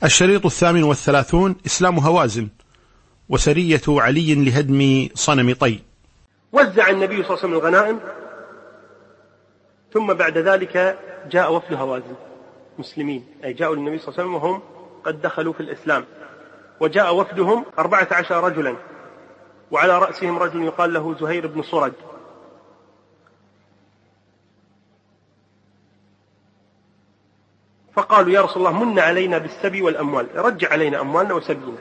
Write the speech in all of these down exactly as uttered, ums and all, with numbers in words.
الشريط الثامن والثلاثون: إسلام هوازن وسرية علي لهدم صنم طي. وزع النبي صلى الله عليه وسلم الغنائم، ثم بعد ذلك جاء وفد هوازن مسلمين، أي جاءوا للنبي صلى الله عليه وسلم وهم قد دخلوا في الإسلام، وجاء وفدهم أربعة عشر رجلا، وعلى رأسهم رجل يقال له زهير بن صرد. فقالوا: يا رسول الله، من علينا بالسبي والأموال، رجع علينا أموالنا وسبينا.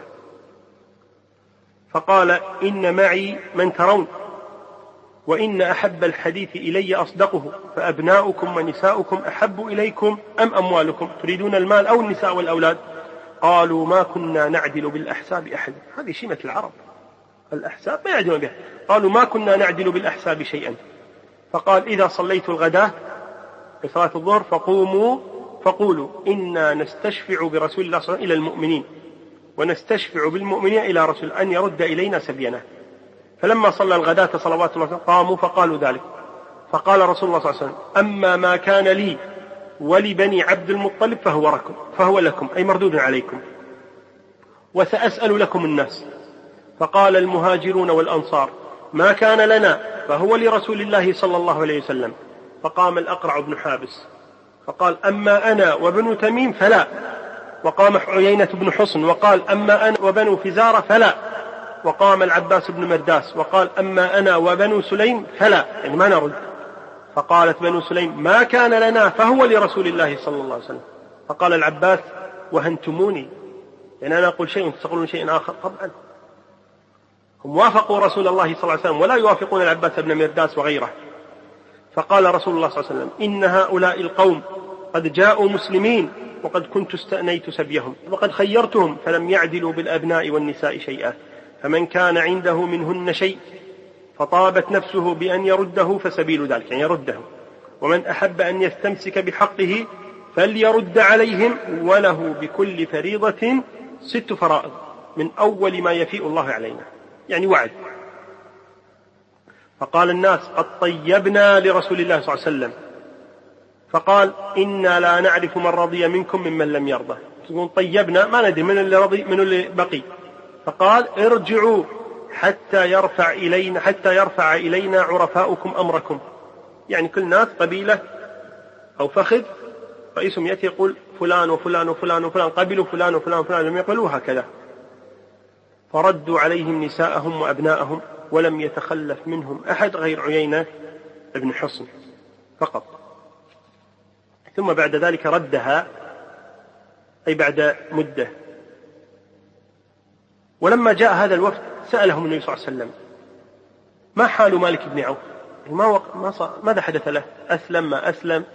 فقال: إن معي من ترون، وإن أحب الحديث إلي أصدقه، فأبناؤكم ونساؤكم أحب إليكم أم أموالكم؟ تريدون المال أو النساء والأولاد؟ قالوا: ما كنا نعدل بالأحساب أحد. هذه شيمة العرب، الأحساب ما يعدلون بها. قالوا: ما كنا نعدل بالأحساب شيئا. فقال: إذا صليت الغداة بصلاة الظهر فقوموا فقولوا: إنا نستشفع برسول الله صلى الله عليه وسلم إلى المؤمنين، ونستشفع بالمؤمنين إلى رسول أن يرد إلينا سبينا. فلما صلى الغداة صلوات الله قاموا فقالوا ذلك. فقال رسول الله صلى الله عليه وسلم: أما ما كان لي ولبني عبد المطلب فهو لكم, فهو لكم أي مردود عليكم، وسأسأل لكم الناس. فقال المهاجرون والأنصار: ما كان لنا فهو لرسول الله صلى الله عليه وسلم. فقام الأقرع بن حابس فقال: أما أنا وبنو تميم فلا. وقام عيينة بن حصن وقال: أما أنا وبنو فزارة فلا. وقام العباس بن مرداس وقال: أما أنا وبنو سليم فلا، يعني ما نرد. فقالت بنو سليم: ما كان لنا فهو لرسول الله صلى الله عليه وسلم. فقال العباس: وهنتموني، يعني أنا أقول شيء وتقولون شيء آخر. طبعا هم وافقوا رسول الله صلى الله عليه وسلم ولا يوافقون العباس بن مرداس وغيره. فقال رسول الله صلى الله عليه وسلم: إن هؤلاء القوم قد جاءوا مسلمين، وقد كنت استأنيت سبيهم، وقد خيرتهم فلم يعدلوا بالأبناء والنساء شيئا، فمن كان عنده منهن شيء فطابت نفسه بأن يرده فسبيل ذلك، يعني يرده. ومن أحب أن يستمسك بحقه فليرد عليهم، وله بكل فريضة ست فرائض من أول ما يفيء الله علينا، يعني وعد. فقال الناس: قد طيبنا لرسول الله صلى الله عليه وسلم. فقال: إنا لا نعرف من رضي منكم ممن لم يرضى. تقول طيبنا، ما ندري من اللي رضي من اللي بقي. فقال: ارجعوا حتى يرفع إلينا حتى يرفع إلينا عرفاؤكم أمركم، يعني كل ناس قبيلة أو فخذ رئيسهم يأتي يقول فلان وفلان وفلان وفلان قبلوا فلان وفلان وفلان، لم يقبلوا هكذا. فردوا عليهم نساءهم وأبناءهم، ولم يتخلف منهم أحد غير عيينة بن حصن فقط. ثم بعد ذلك ردها، أي بعد مدة. ولما جاء هذا الوفد سألهم النبي صلى الله عليه وسلم: ما حال مالك بن عوف؟ ما وق... ما صار... ماذا حدث له؟ أسلم ما أسلم؟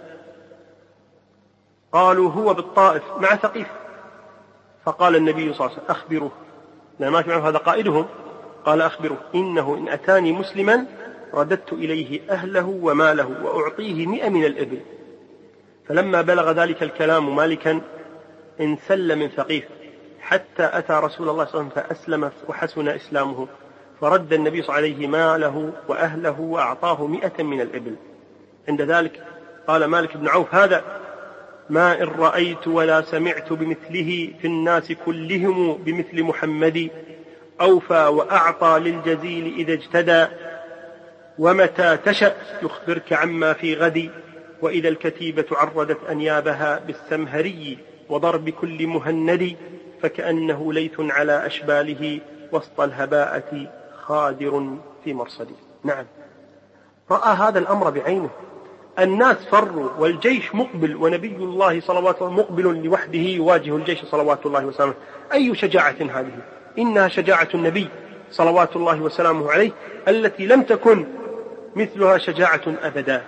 قالوا: هو بالطائف مع ثقيف. فقال النبي صلى الله عليه وسلم: أخبروه، لأن مالك بن عوف هذا قائدهم. قال: أخبروه إنه إن أتاني مسلما رددت إليه أهله وماله وأعطيه مئة من الإبل. فلما بلغ ذلك الكلام مالكا انسل من ثقيف حتى أتى رسول الله صلى الله عليه وسلم فأسلم وحسن إسلامه، فرد النبي صلى الله عليه وسلم عليه ماله وأهله وأعطاه مئة من الإبل. عند ذلك قال مالك بن عوف: هذا ما إن رأيت ولا سمعت بمثله في الناس كلهم بمثل محمد، أوفى وأعطى للجزيل إذا اجتدى، ومتى تشأ يخبرك عما في غد، وإذا الكتيبة عردت أنيابها بالسمهري وضرب كل مهند، فكأنه ليث على أشباله وسط الهباءة خادر في مرصدي. نعم، رأى هذا الأمر بعينه، الناس فروا والجيش مقبل، ونبي الله صلوات الله مقبل لوحده يواجه الجيش صلوات الله وسلامه. أي شجاعة هذه! إنها شجاعة النبي صلوات الله وسلامه عليه، التي لم تكن مثلها شجاعة أبدا.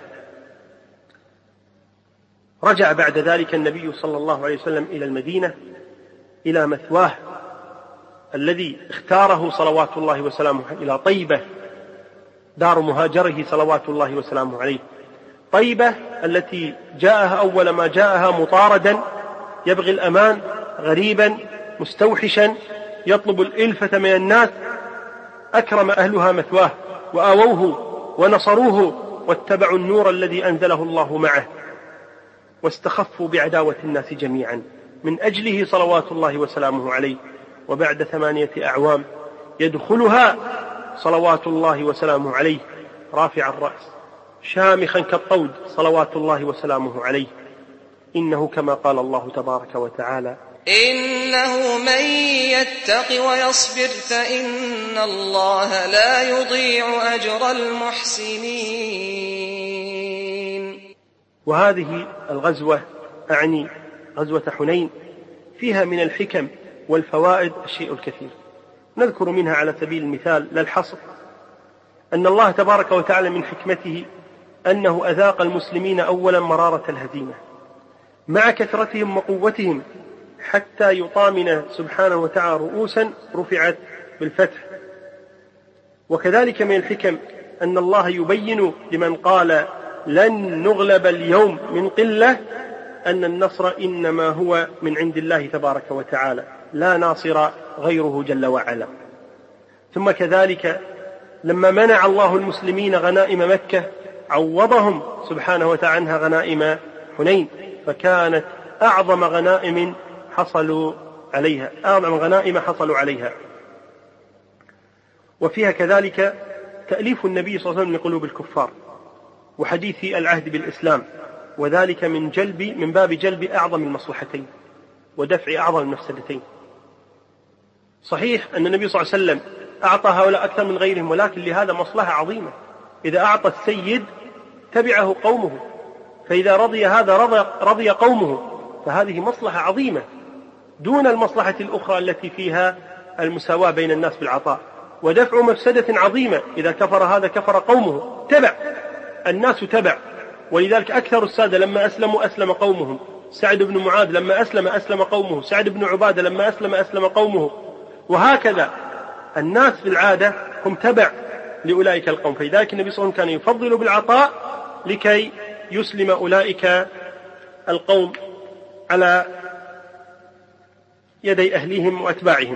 رجع بعد ذلك النبي صلى الله عليه وسلم إلى المدينة، إلى مثواه الذي اختاره صلوات الله وسلامه، إلى طيبة دار مهاجره صلوات الله وسلامه عليه. طيبة التي جاءها أول ما جاءها مطاردا يبغي الأمان، غريبا مستوحشا يطلب الإلفة من الناس، أكرم أهلها مثواه وآووه ونصروه واتبعوا النور الذي أنزله الله معه، واستخفوا بعداوة الناس جميعا. من أجله صلوات الله وسلامه عليه، وبعد ثمانية أعوام يدخلها صلوات الله وسلامه عليه رافع الرأس شامخا كالطود صلوات الله وسلامه عليه. إنه كما قال الله تبارك وتعالى: إنه من يتق ويصبر فإن الله لا يضيع أجر المحسنين. وهذه الغزوة، أعني غزوة حنين، فيها من الحكم والفوائد الشيء الكثير. نذكر منها على سبيل المثال لا الحصر أن الله تبارك وتعالى من حكمته أنه أذاق المسلمين أولا مرارة الهزيمة مع كثرتهم وقوتهم، حتى يطامن سبحانه وتعالى رؤوسا رفعت بالفتح. وكذلك من الحكم أن الله يبين لمن قال لن نغلب اليوم من قلة أن النصر إنما هو من عند الله تبارك وتعالى، لا ناصر غيره جل وعلا. ثم كذلك لما منع الله المسلمين غنائم مكة عوضهم سبحانه وتعالى عنها غنائم حنين، فكانت أعظم غنائم حصلوا عليها أعظم غنائم حصلوا عليها. وفيها كذلك تأليف النبي صلى الله عليه وسلم لقلوب الكفار وحديث العهد بالإسلام، وذلك من جلب من باب جلب أعظم المصلحتين ودفع أعظم المفسدتين. صحيح أن النبي صلى الله عليه وسلم أعطى هؤلاء أكثر من غيرهم، ولكن لهذا مصلحة عظيمة. إذا أعطى السيد تبعه قومه، فإذا رضي هذا رضي, رضي قومه، فهذه مصلحة عظيمة دون المصلحة الأخرى التي فيها المساواة بين الناس في العطاء، ودفع مفسدة عظيمة. إذا كفر هذا كفر قومه، تبع الناس تبع. ولذلك أكثر السادة لما أسلموا أسلم قومهم. سعد بن معاذ لما أسلم أسلم قومه، سعد بن عبادة لما أسلم أسلم قومه، وهكذا الناس في العادة هم تبع لأولئك القوم. فلذلك النبي صلى الله عليه وسلم كان يفضل بالعطاء لكي يسلم أولئك القوم على يدي أهليهم وأتباعهم.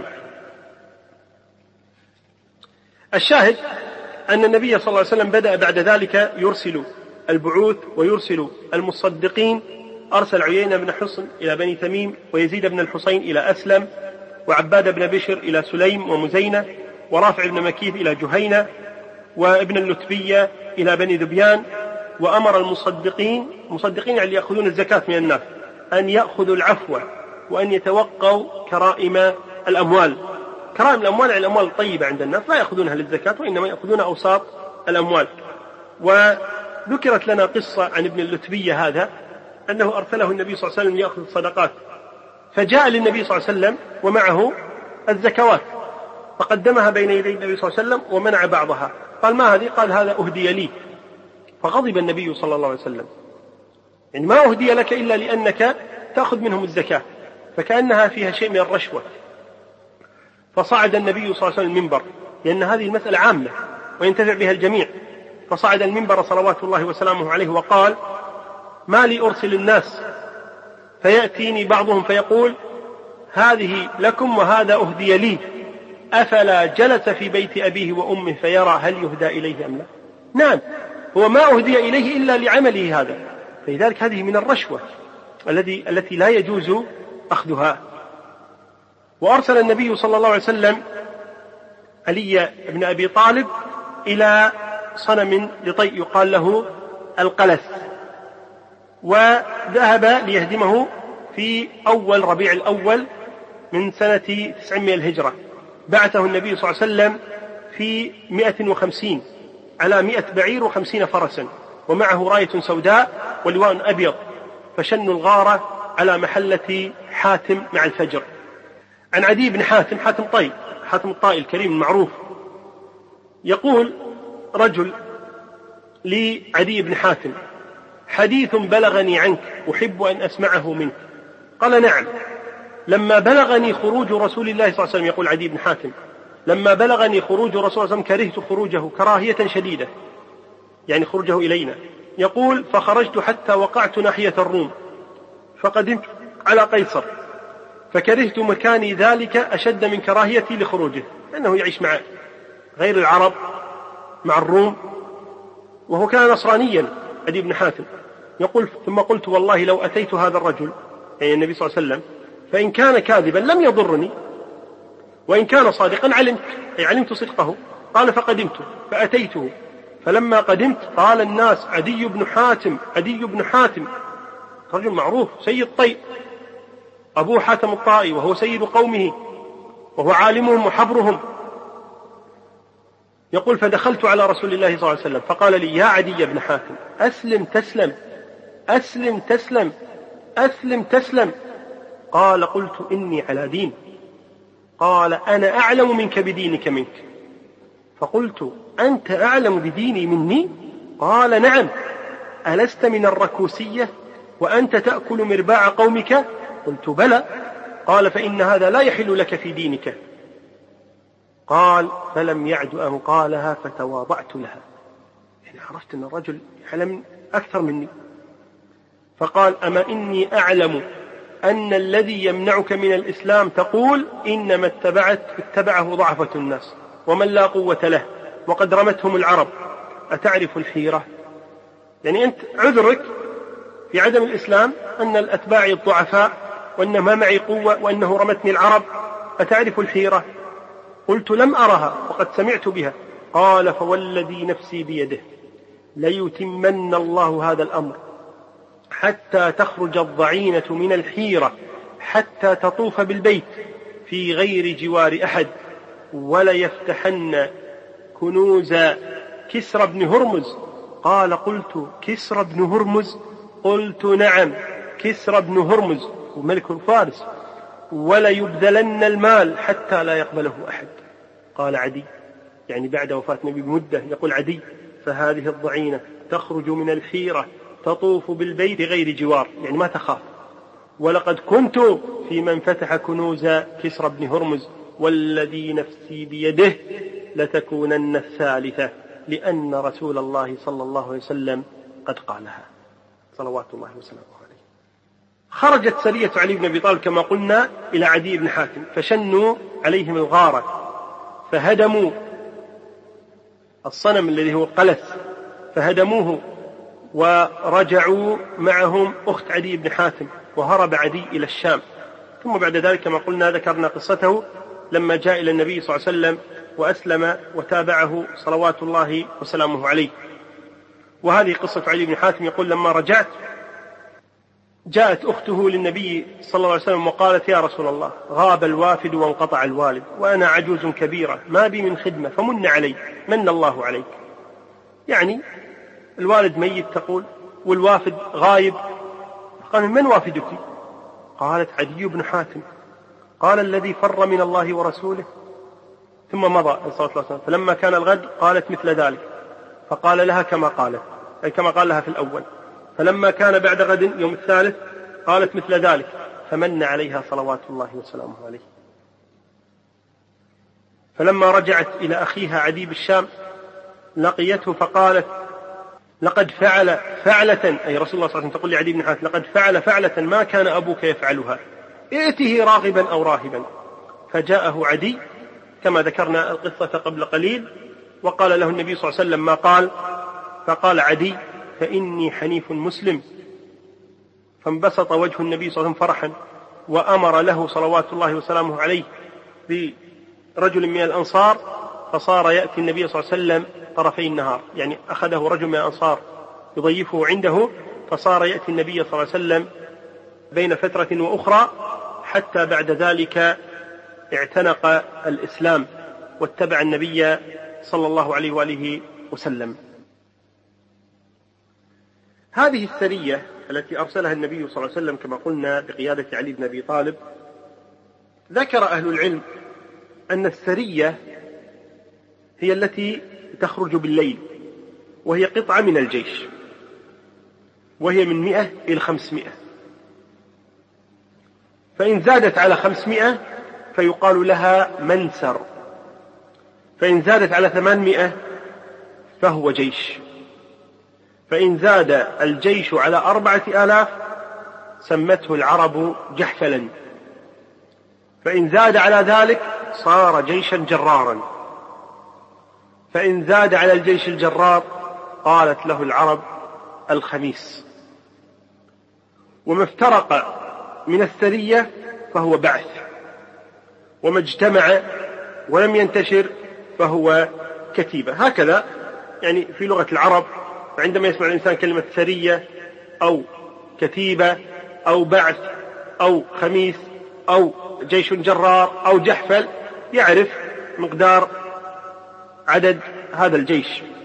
الشاهد أن النبي صلى الله عليه وسلم بدأ بعد ذلك يرسل البعوث ويرسل المصدقين. أرسل عيينة بن حصن إلى بني تميم، ويزيد بن الحصين إلى أسلم، وعباد بن بشر إلى سليم ومزينة، ورافع بن مكيث إلى جهينة، وابن اللتبية إلى بني ذبيان. وأمر المصدقين مصدقين يعني يأخذون الزكاة من الناس أن يأخذوا العفو وأن يتوقوا كرائم الأموال. كرائم الأموال يعني الأموال الطيبة عند الناس لا يأخذونها للزكاة، وإنما يأخذون أوساط الأموال. وذكرت لنا قصة عن ابن اللتبية هذا أنه أرسله النبي صلى الله عليه وسلم ليأخذ الصدقات، فجاء للنبي صلى الله عليه وسلم ومعه الزكوات، فقدمها بين يدي النبي صلى الله عليه وسلم ومنع بعضها. قال: ما هذه؟ قال: هذا أهدي لي. فغضب النبي صلى الله عليه وسلم، يعني ما أهدي لك إلا لأنك تأخذ منهم الزكاة، فكأنها فيها شيء من الرشوة. فصعد النبي صلى الله عليه وسلم المنبر، لأن هذه المسألة عامة وينتفع بها الجميع. فصعد المنبر صلوات الله وسلامه عليه وقال: ما لي أرسل الناس فيأتيني بعضهم فيقول هذه لكم وهذا أهدي لي، أفلا جلس في بيت أبيه وأمه فيرى هل يهدى إليه أم لا؟ نعم، هو ما أهدي إليه إلا لعمله هذا. فلذلك هذه من الرشوة التي التي لا يجوز أخذها. وأرسل النبي صلى الله عليه وسلم علي بن أبي طالب إلى صنم لطيء يقال له القلس، وذهب ليهدمه في أول ربيع الأول من سنة تسعمائة الهجرة. بعثه النبي صلى الله عليه وسلم في مئة وخمسين على مئة بعير وخمسين فرسا، ومعه راية سوداء ولواء أبيض، فشنوا الغارة على محلة حاتم مع الفجر. عن عدي بن حاتم حاتم طي حاتم الطائي الكريم المعروف، يقول رجل لعدي بن حاتم: حديث بلغني عنك أحب أن أسمعه منك. قال: نعم. لما بلغني خروج رسول الله صلى الله عليه وسلم، يقول عدي بن حاتم، لما بلغني خروج رسول الله صلى الله عليه وسلم كرهت خروجه كراهية شديدة، يعني خروجه إلينا. يقول: فخرجت حتى وقعت ناحية الروم، فقدمت على قيصر، فكرهت مكاني ذلك أشد من كراهيتي لخروجه، لأنه يعيش مع غير العرب مع الروم، وهو كان نصرانيا عدي بن حاتم. يقول: ثم قلت والله لو أتيت هذا الرجل، يعني النبي صلى الله عليه وسلم، فإن كان كاذبا لم يضرني، وإن كان صادقا علمت، أي علمت صدقه. قال فقدمت فأتيته، فلما قدمت قال الناس عدي بن حاتم، عدي بن حاتم، رجل معروف سيد طيء، أبوه حاتم الطائي، وهو سيد قومه وهو عالمهم وحبرهم. يقول فدخلت على رسول الله صلى الله عليه وسلم فقال لي يا عدي بن حاتم أسلم تسلم، أسلم تسلم، أسلم تسلم. قال قلت إني على دين. قال أنا أعلم منك بدينك منك. فقلت أنت أعلم بديني مني؟ قال نعم. ألست من الركوسية وأنت تأكل مرباع قومك؟ قلت بلى. قال فإن هذا لا يحل لك في دينك. قال فلم يعد أن قالها فتواضعت لها، يعني عرفت أن الرجل يعلم أكثر مني. فقال أما إني أعلم أن الذي يمنعك من الإسلام تقول إنما اتبعت اتبعه ضعفة الناس ومن لا قوة له وقد رمتهم العرب، أتعرف الحيرة؟ يعني أنت عذرك في عدم الإسلام أن الأتباع الضعفاء وأن ما معي قوة وأنه رمتني العرب، أتعرف الحيرة؟ قلت لم أرها وقد سمعت بها. قال فوالذي نفسي بيده ليتمن الله هذا الأمر حتى تخرج الضعينة من الحيرة حتى تطوف بالبيت في غير جوار أحد، وليفتحن كنوز كسرى بن هرمز. قال قلت كسرى بن هرمز؟ قلت نعم كسرى بن هرمز وملك فارس، وليبذلن المال حتى لا يقبله أحد. قال عدي، يعني بعد وفاة النبي بمدة، يقول عدي فهذه الضعينة تخرج من الحيرة تطوف بالبيت غير جوار، يعني ما تخاف. ولقد كنت في من فتح كنوز كسرى بن هرمز والذي نفسي بيده لتكونن الثالثة، لأن رسول الله صلى الله عليه وسلم قد قالها صلوات الله وسلامه عليه. خرجت سرية علي بن أبي طالب كما قلنا إلى عدي بن حاتم، فشنوا عليهم الغارة فهدموا الصنم الذي هو قلس، فهدموه ورجعوا معهم أخت عدي بن حاتم، وهرب عدي إلى الشام. ثم بعد ذلك كما قلنا ذكرنا قصته لما جاء إلى النبي صلى الله عليه وسلم وأسلم وتابعه صلوات الله وسلامه عليه. وهذه قصة علي بن حاتم. يقول لما رجعت جاءت أخته للنبي صلى الله عليه وسلم وقالت يا رسول الله غاب الوافد وانقطع الوالد وأنا عجوز كبيرة ما بي من خدمة فمن علي، من الله عليك. يعني الوالد ميت تقول والوافد غايب. قال من وافدك؟ قالت عدي بن حاتم. قال الذي فر من الله ورسوله. ثم مضى صلى الله عليه وسلم. فلما كان الغد قالت مثل ذلك، فقال لها كما قالت، أي كما قال لها في الأول. فلما كان بعد غد يوم الثالث قالت مثل ذلك، فمن عليها صلوات الله وسلامه عليه. فلما رجعت إلى أخيها عدي بالشام لقيته فقالت لقد فعل فعلة، أي رسول الله صلى الله عليه وسلم تقول لعدي بن حاتم لقد فعل فعلة ما كان أبوك يفعلها، ائته راغبا أو راهبا. فجاءه عدي كما ذكرنا القصة قبل قليل، وقال له النبي صلى الله عليه وسلم ما قال، فقال عدي فإني حنيف مسلم. فانبسط وجه النبي صلى الله عليه وسلم فرحا، وأمر له صلوات الله وسلامه عليه برجل من الأنصار، فصار يأتي النبي صلى الله عليه وسلم طرفي النهار، يعني أخذه رجل من الأنصار يضيفه عنده، فصار يأتي النبي صلى الله عليه وسلم بين فترة وأخرى، حتى بعد ذلك اعتنق الإسلام واتبع النبي صلى الله عليه وآله وسلم. هذه السرية التي أرسلها النبي صلى الله عليه وسلم كما قلنا بقيادة علي بن أبي طالب، ذكر أهل العلم أن السرية هي التي تخرج بالليل، وهي قطعة من الجيش، وهي من مئة إلى خمسمائة، فإن زادت على خمسمائة فيقال لها منسر، فإن زادت على ثمانمائة فهو جيش، فإن زاد الجيش على أربعة آلاف سمته العرب جحفلا، فإن زاد على ذلك صار جيشا جرارا، فإن زاد على الجيش الجرار قالت له العرب الخميس. وما افترق من السرية فهو بعث، وما اجتمع ولم ينتشر فهو كتيبة. هكذا يعني في لغة العرب، عندما يسمع الإنسان كلمة سرية أو كتيبة أو بعث أو خميس أو جيش جرار أو جحفل، يعرف مقدار عدد هذا الجيش.